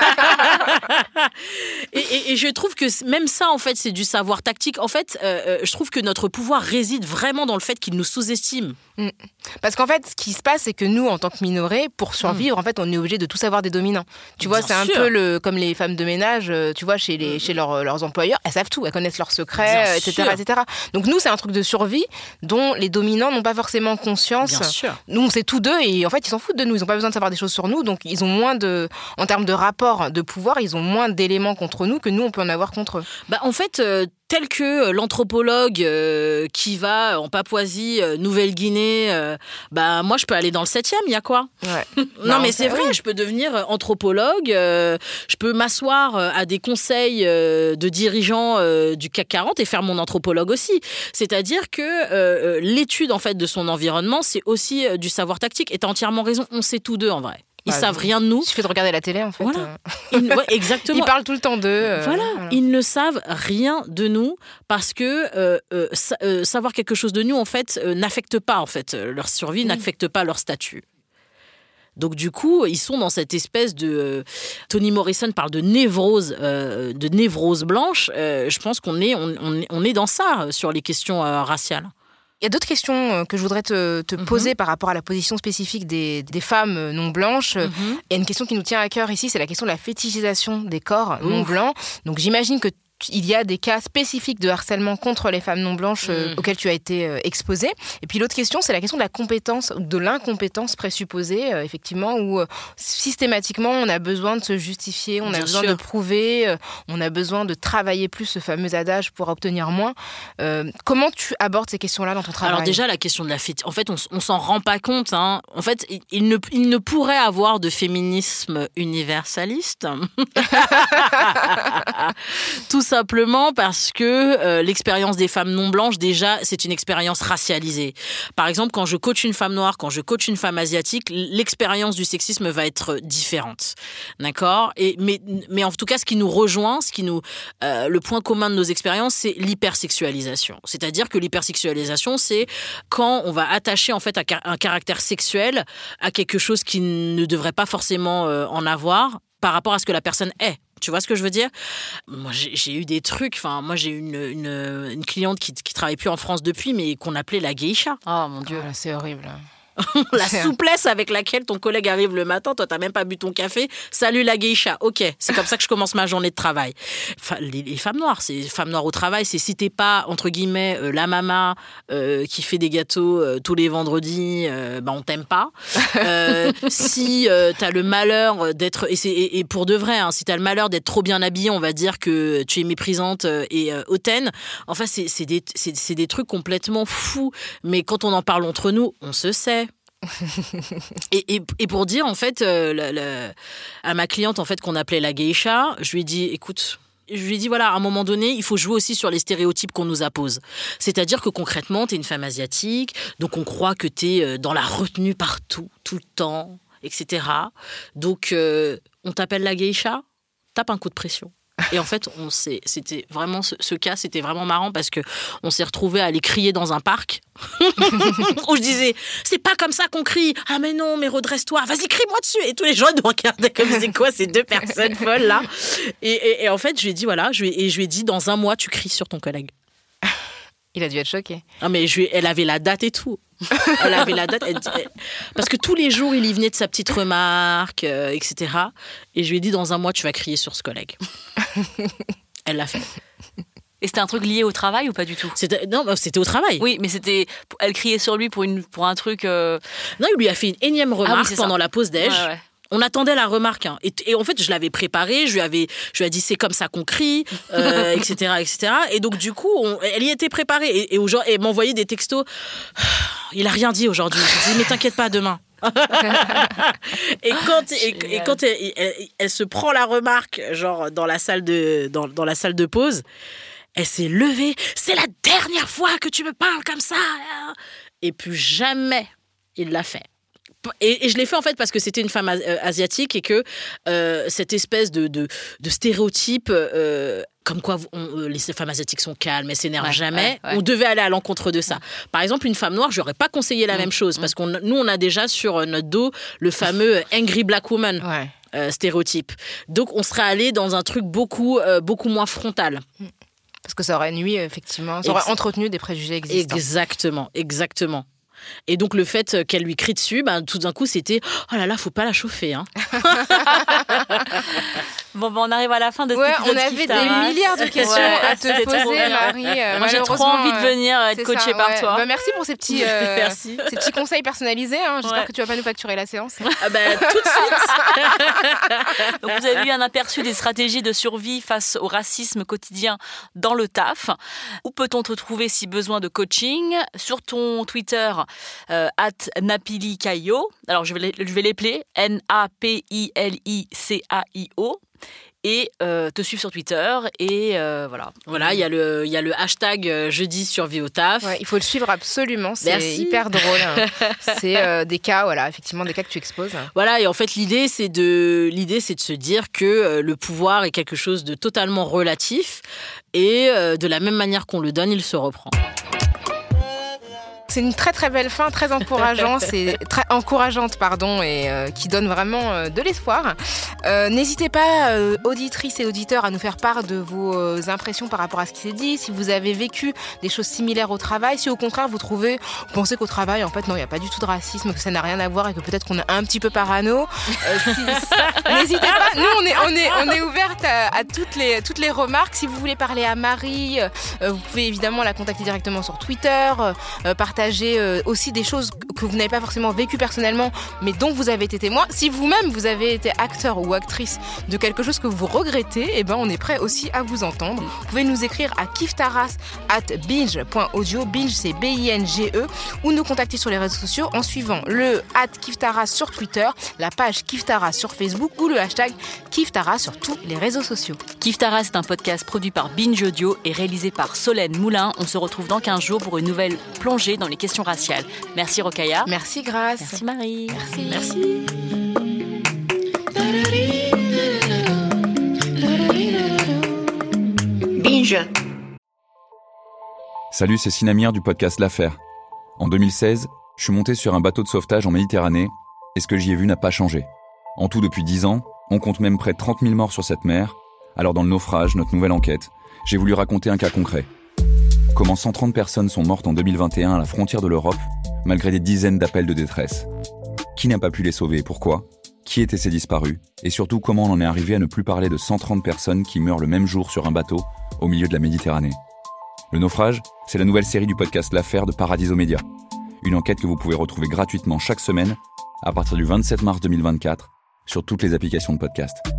et, et, et je trouve que même ça, en fait, c'est du savoir tactique. En fait, euh, je trouve que notre pouvoir réside vraiment dans le fait qu'il nous sous-estime. Mmh. Parce qu'en fait, ce qui se passe, c'est que nous, en tant que minorés, pour survivre, mmh. en fait, on est obligé de tout savoir des dominants. Tu vois, Bien c'est sûr. un peu le, comme les femmes de ménage, tu vois, chez, les, mmh. chez leur, leurs employeurs, elles savent tout, elles connaissent leurs secrets, et cetera, et cetera. Donc nous, c'est un truc de survie dont les dominants n'ont pas forcément conscience. Bien sûr. Nous, on sait tous d'eux et en fait, ils s'en foutent de nous. Ils n'ont pas besoin de savoir des choses sur nous, donc ils ont moins de, en termes de rapport de pouvoir, ils ont moins d'éléments contre nous que nous, on peut en avoir contre eux. Bah, en fait. Euh... tel que l'anthropologue euh, qui va en Papouasie, euh, Nouvelle-Guinée, euh, bah moi je peux aller dans le septième, il y a quoi ? Ouais. Non, non mais c'est vrai, oui. Je peux devenir anthropologue, euh, je peux m'asseoir à des conseils euh, de dirigeants euh, du C A C quarante et faire mon anthropologue aussi. C'est-à-dire que euh, l'étude en fait de son environnement, c'est aussi euh, du savoir tactique. Et t'as entièrement raison, on sait tous deux en vrai. Ils bah, savent rien de nous. Il suffit de regarder la télé, en fait. Voilà. Ils, ouais, exactement. Ils parlent tout le temps d'eux. Euh, voilà. voilà. Ils ne savent rien de nous parce que euh, euh, sa- euh, savoir quelque chose de nous, en fait, euh, n'affecte pas, en fait, leur survie, mmh. n'affecte pas leur statut. Donc du coup, ils sont dans cette espèce de... Euh, Toni Morrison parle de névrose, euh, de névrose blanche. Euh, je pense qu'on est, on, on, on est dans ça, sur les questions euh, raciales. Il y a d'autres questions que je voudrais te, te mm-hmm. poser par rapport à la position spécifique des, des femmes non blanches. Mm-hmm. Il y a une question qui nous tient à cœur ici, c'est la question de la fétichisation des corps Ouf. non blancs. Donc j'imagine que il y a des cas spécifiques de harcèlement contre les femmes non blanches euh, mmh. auxquels tu as été euh, exposée. Et puis l'autre question, c'est la question de la compétence, de l'incompétence présupposée, euh, effectivement, où euh, systématiquement on a besoin de se justifier, on Bien a besoin sûr. de prouver, euh, on a besoin de travailler plus, ce fameux adage pour obtenir moins. Euh, comment tu abordes ces questions-là dans ton travail ? Alors déjà, la question de la fétiche, en fait, on, on s'en rend pas compte. Hein. En fait, il, il, ne, il ne pourrait avoir de féminisme universaliste. Tout simplement parce que euh, l'expérience des femmes non blanches, déjà, c'est une expérience racialisée. Par exemple, quand je coach une femme noire, quand je coach une femme asiatique, l'expérience du sexisme va être différente. D'accord ? Et, mais, mais en tout cas, ce qui nous rejoint, ce qui nous, euh, le point commun de nos expériences, c'est l'hypersexualisation. C'est-à-dire que l'hypersexualisation, c'est quand on va attacher en fait un caractère sexuel à quelque chose qui ne devrait pas forcément euh, en avoir par rapport à ce que la personne est. Tu vois ce que je veux dire ? Moi, j'ai, j'ai eu des trucs. Enfin, moi, j'ai une, une, une cliente qui, qui travaille plus en France depuis, mais qu'on appelait la geisha. Oh mon Dieu, oh, là, c'est horrible. La souplesse avec laquelle ton collègue arrive le matin, toi, t'as même pas bu ton café. Salut la geisha. Ok, c'est comme ça que je commence ma journée de travail. Enfin, les, les femmes noires, c'est les femmes noires au travail, c'est si t'es pas entre guillemets euh, la mama euh, qui fait des gâteaux euh, tous les vendredis, euh, bah on t'aime pas. Euh, si euh, t'as le malheur d'être et, c'est, et, et pour de vrai, hein, si t'as le malheur d'être trop bien habillée, on va dire que tu es méprisante et euh, hautaine. Enfin, c'est, c'est des c'est, c'est des trucs complètement fous. Mais quand on en parle entre nous, on se sait. et, et, et pour dire en fait euh, le, le, à ma cliente en fait qu'on appelait la geisha, je lui ai dit écoute, je lui ai dit voilà, à un moment donné il faut jouer aussi sur les stéréotypes qu'on nous appose, c'est-à-dire que concrètement t'es une femme asiatique, donc on croit que t'es dans la retenue partout, tout le temps, etc. Donc euh, on t'appelle la geisha, tape un coup de pression. Et en fait, on s'est, c'était vraiment ce, ce cas, c'était vraiment marrant parce que on s'est retrouvés à aller crier dans un parc où je disais c'est pas comme ça qu'on crie. Ah mais non, mais redresse-toi, vas-y crie-moi dessus. Et tous les gens nous regardaient comme c'est quoi ces deux personnes folles là. Et, et, et en fait, je lui ai dit voilà, je lui ai, et je lui ai dit dans un mois tu cries sur ton collègue. Il a dû être choqué. Ah mais je lui, elle avait la date et tout. Elle avait la date, elle, elle, parce que tous les jours il y venait de sa petite remarque, euh, et cetera. Et je lui ai dit dans un mois tu vas crier sur ce collègue. Elle l'a fait. Et c'était un truc lié au travail ou pas du tout ? C'était, non, c'était au travail. Oui, mais c'était, elle criait sur lui pour une, pour un truc. Euh... Non, il lui a fait une énième remarque ah oui, pendant ça. la pause déj. Ouais, ouais. On attendait la remarque, hein. et, et en fait je l'avais préparée, je lui avais, je lui ai dit c'est comme ça qu'on crie, euh, et cetera, et cetera. Et donc du coup, on, elle y était préparée et, et, et elle m'envoyait des textos. Il a rien dit aujourd'hui. Je lui dis mais t'inquiète pas, demain. et quand, et, et quand elle, elle, elle se prend la remarque, genre dans la salle de, dans, dans la salle de pause, elle s'est levée. C'est la dernière fois que tu me parles comme ça. Et plus jamais il l'a fait. Et, et je l'ai fait en fait parce que c'était une femme asiatique et que euh, cette espèce de, de, de stéréotype euh, comme quoi on, les femmes asiatiques sont calmes, elles s'énervent ouais, jamais, ouais, ouais. On devait aller à l'encontre de ça. Par exemple, une femme noire, je n'aurais pas conseillé la mmh, même chose parce que nous, on a déjà sur notre dos le fameux angry black woman. Ouais. Euh, stéréotype. Donc, on serait allé dans un truc beaucoup, euh, beaucoup moins frontal. Parce que ça aurait nuit, effectivement, ça aurait Ex- entretenu des préjugés existants. Exactement, exactement. Et donc le fait qu'elle lui crie dessus, ben, tout d'un coup c'était oh là là, faut pas la chauffer. Hein. Bon, ben, on arrive à la fin de cet ouais, épisode. On avait des milliards de questions ouais, à te poser, Marie. Euh, Moi, j'ai trop envie de venir être coachée ça, par ouais. toi. Bah, merci pour ces petits, euh, merci. ces petits conseils personnalisés. Hein. J'espère ouais. que tu vas pas nous facturer la séance. Ah ben, tout de suite. Donc, vous avez eu un aperçu des stratégies de survie face au racisme quotidien dans le taf. Où peut-on te trouver si besoin de coaching ? Sur ton Twitter, euh, at napilikaio. Alors, je vais, je vais l'épeler. N A P I L I C A I O. Et euh, te suivre sur Twitter et euh, voilà. Voilà, il y a le il y a le hashtag euh, jeudi survie au taf. Ouais, il faut le suivre absolument, c'est Merci. hyper drôle. C'est euh, des cas, voilà, effectivement des cas que tu exposes. Voilà, et en fait l'idée c'est de l'idée c'est de se dire que euh, le pouvoir est quelque chose de totalement relatif et euh, de la même manière qu'on le donne, il se reprend. C'est une très très belle fin, très encourageante, c'est très encourageante pardon, et euh, qui donne vraiment euh, de l'espoir. Euh, n'hésitez pas, euh, auditrices et auditeurs, à nous faire part de vos euh, impressions par rapport à ce qui s'est dit. Si vous avez vécu des choses similaires au travail, si au contraire vous trouvez, vous pensez qu'au travail, en fait non, il n'y a pas du tout de racisme, que ça n'a rien à voir et que peut-être qu'on est un petit peu parano. Euh, si, si, n'hésitez pas. Nous, on est on est on est ouverte à, à toutes les toutes les remarques. Si vous voulez parler à Marie, euh, vous pouvez évidemment la contacter directement sur Twitter. Euh, partager euh, aussi des choses que vous n'avez pas forcément vécues personnellement, mais dont vous avez été témoin. Si vous-même vous avez été acteur ou actrice de quelque chose que vous regrettez, eh ben on est prêt aussi à vous entendre. Vous pouvez nous écrire à kiftaras at binge point audio, binge c'est B I N G E, ou nous contacter sur les réseaux sociaux en suivant le at kiftaras sur Twitter, la page Kiftaras sur Facebook ou le hashtag Kiftaras sur tous les réseaux sociaux. Kiftaras est un podcast produit par Binge Audio et réalisé par Solène Moulin. On se retrouve dans quinze jours pour une nouvelle plongée dans les questions raciales. Merci Rokhaya. Merci Grace. Merci Marie. Merci. Merci. Binge. Salut, c'est Sinamir du podcast L'Affaire. En deux mille seize, je suis monté sur un bateau de sauvetage en Méditerranée et ce que j'y ai vu n'a pas changé. En tout, depuis dix ans, on compte même près de trente mille morts sur cette mer. Alors dans le naufrage, notre nouvelle enquête, j'ai voulu raconter un cas concret. Comment cent trente personnes sont mortes en deux mille vingt et un à la frontière de l'Europe, malgré des dizaines d'appels de détresse. Qui n'a pas pu les sauver et pourquoi ? Qui étaient ces disparus ? Et surtout, comment on en est arrivé à ne plus parler de cent trente personnes qui meurent le même jour sur un bateau au milieu de la Méditerranée ? Le naufrage, c'est la nouvelle série du podcast L'Affaire de Paradiso Media. Une enquête que vous pouvez retrouver gratuitement chaque semaine à partir du vingt-sept mars deux mille vingt-quatre sur toutes les applications de podcast.